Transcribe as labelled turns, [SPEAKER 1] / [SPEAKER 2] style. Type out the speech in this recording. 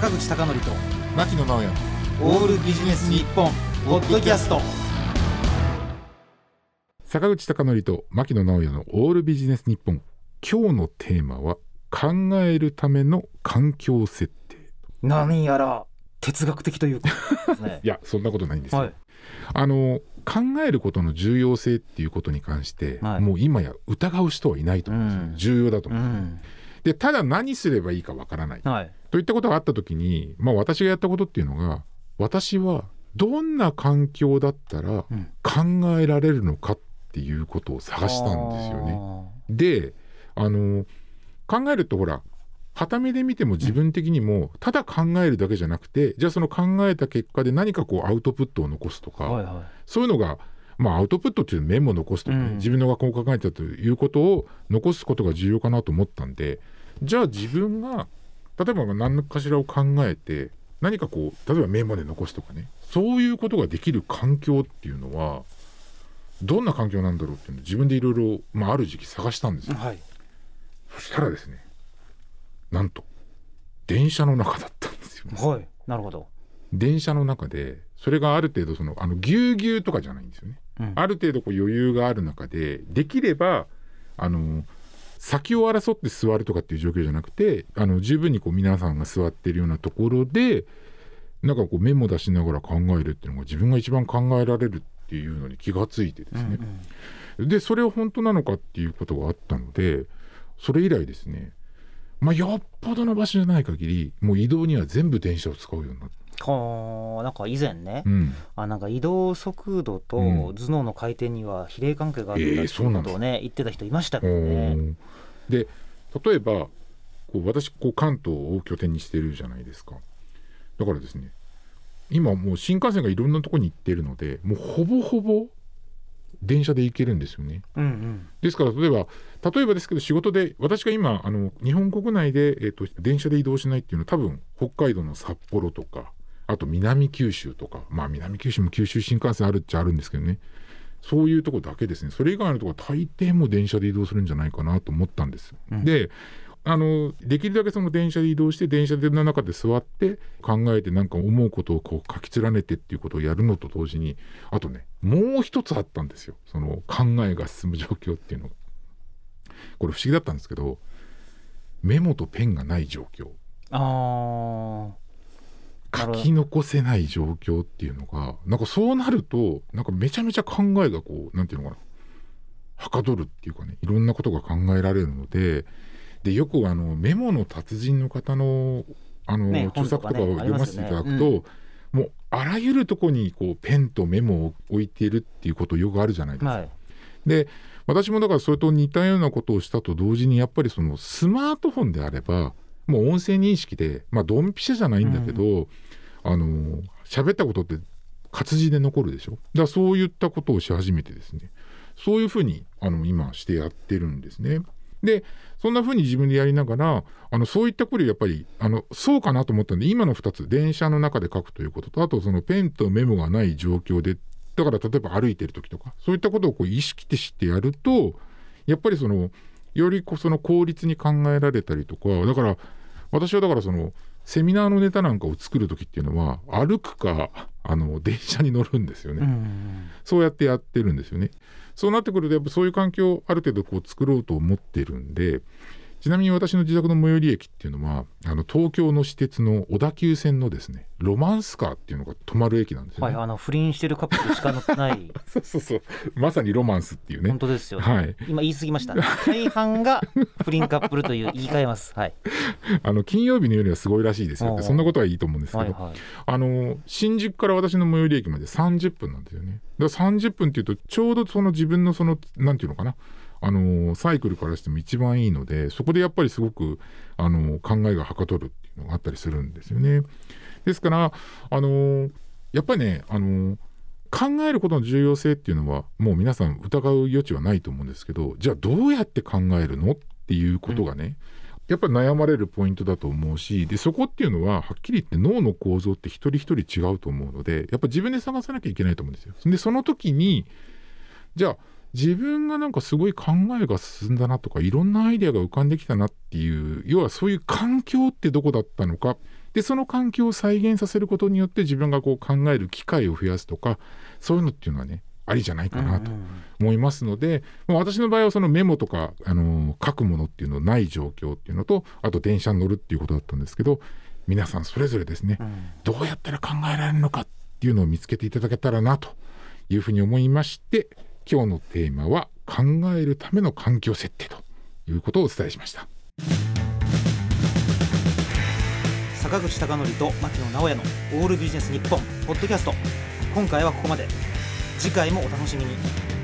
[SPEAKER 1] 坂口孝則と
[SPEAKER 2] 牧野直哉
[SPEAKER 1] オールビジネス日本ポッドキャスト。
[SPEAKER 2] 坂口孝則と牧野直哉のオールビジネス日本。今日のテーマは考えるための環境設定。
[SPEAKER 1] 何やら哲学的ということですね
[SPEAKER 2] いや、そんなことないんですよ、
[SPEAKER 1] はい、
[SPEAKER 2] 考えることの重要性っていうことに関して、はい、もう今や疑う人はいないと思うんですよ、重要だと思う、でただ何すればいいかわからない、はい、といったことがあった時に、私がやったことっていうのが、私はどんな環境だったら考えられるのかっていうことを探したんですよね。で考えるとほら傍目で見ても自分的にもただ考えるだけじゃなくて、じゃあその考えた結果で何かアウトプットを残すとか、はいはい、そういうのが、アウトプットっていうメモを残すとか、自分のがこう考えたということを残すことが重要かなと思ったんで、じゃあ自分が例えば何かしらを考えて何か例えばメモで残すとかね、そういうことができる環境っていうのはどんな環境なんだろうっていうのを自分でいろいろある時期探したんですよ、はい、そしたらですね、なんと電車の中だったんですよ、ね。
[SPEAKER 1] はい、なるほど。
[SPEAKER 2] 電車の中でそれがある程度ぎゅうぎゅうとかじゃないんですよね、ある程度余裕がある中で、できれば先を争って座るとかっていう状況じゃなくて、十分に皆さんが座っているようなところでなんかメモ出しながら考えるっていうのが自分が一番考えられるっていうのに気がついてですね、でそれは本当なのかっていうことがあったので、それ以来ですね、よっぽどの場所じゃない限りもう移動には全部電車を使うようになった。
[SPEAKER 1] なんか以前ね、なんか移動速度と頭脳の回転には比例関係があったっていうことをね、言ってた人いましたけどね。
[SPEAKER 2] で例えば私関東を拠点にしてるじゃないですか。だからですね、今もう新幹線がいろんなところに行っているので、もうほぼほぼ電車で行けるんですよね、ですから例えばですけど、仕事で私が今日本国内で、電車で移動しないっていうのは多分北海道の札幌とか、あと南九州とか、南九州も九州新幹線あるっちゃあるんですけどね、そういうとこだけですね。それ以外のところは大抵も電車で移動するんじゃないかなと思ったんです、でできるだけその電車で移動して、電車の中で座って考えて、なんか思うことを書き連ねてっていうことをやるのと同時に、あとね、もう一つあったんですよ、その考えが進む状況っていうのが。これ不思議だったんですけど、メモとペンがない状況、書き残せない状況っていうのが、なんかそうなるとなんかめちゃめちゃ考えがなんていうのかな、はかどるっていうかね、いろんなことが考えられるので、よくメモの達人の方の著作とかを読ませていただくと、もうあらゆるところにペンとメモを置いているっていうことよくあるじゃないですか、で私もだからそれと似たようなことをしたと同時に、やっぱりそのスマートフォンであればもう音声認識で、ドンピシャじゃないんだけど、喋ったことって活字で残るでしょ。だからそういったことをし始めてですね、そういうふうに今してやってるんですね。でそんな風に自分でやりながらそういったことやっぱりそうかなと思ったんで、今の2つ、電車の中で書くということと、あとそのペンとメモがない状況で、だから例えば歩いてる時とか、そういったことを意識してやると、やっぱりよりその効率に考えられたりとか、だから私はセミナーのネタなんかを作る時っていうのは歩くか電車に乗るんですよね、そうやってやってるんですよね。そうなってくるとやっぱそういう環境をある程度作ろうと思ってるんで、ちなみに私の自宅の最寄り駅っていうのは東京の私鉄の小田急線のですね、ロマンスカーっていうのが止まる駅なんですよね、
[SPEAKER 1] 不倫してるカップルしか乗ってない
[SPEAKER 2] そうまさにロマンスっていうね。
[SPEAKER 1] 本当ですよ、今言い過ぎました、大半が不倫カップルという言い換えます、
[SPEAKER 2] 金曜日の夜はすごいらしいですよって、そんなことはいいと思うんですけど、新宿から私の最寄り駅まで30分なんですよね。だから30分っていうとちょうど自分のなんていうのかな、サイクルからしても一番いいので、そこでやっぱりすごく考えがはかどるっていうのがあったりするんですよね。ですからやっぱりね考えることの重要性っていうのはもう皆さん疑う余地はないと思うんですけど、じゃあどうやって考えるのっていうことがね、やっぱり悩まれるポイントだと思うし、でそこっていうのははっきり言って脳の構造って一人一人違うと思うので、やっぱ自分で探さなきゃいけないと思うんですよ。でその時にじゃあ自分がなんかすごい考えが進んだなとか、いろんなアイデアが浮かんできたなっていう、要はそういう環境ってどこだったのか。 でその環境を再現させることによって自分がこう考える機会を増やすとか、そういうのっていうのはねありじゃないかなと思いますので、私の場合はそのメモとか、書くものっていうのない状況っていうのと、あと電車に乗るっていうことだったんですけど、皆さんそれぞれですね、どうやったら考えられるのかっていうのを見つけていただけたらなというふうに思いまして、今日のテーマは考えるための環境設定ということをお伝えしました。
[SPEAKER 1] 坂口孝則と牧野直哉のオールビジネス日本ポッドキャスト、今回はここまで。次回もお楽しみに。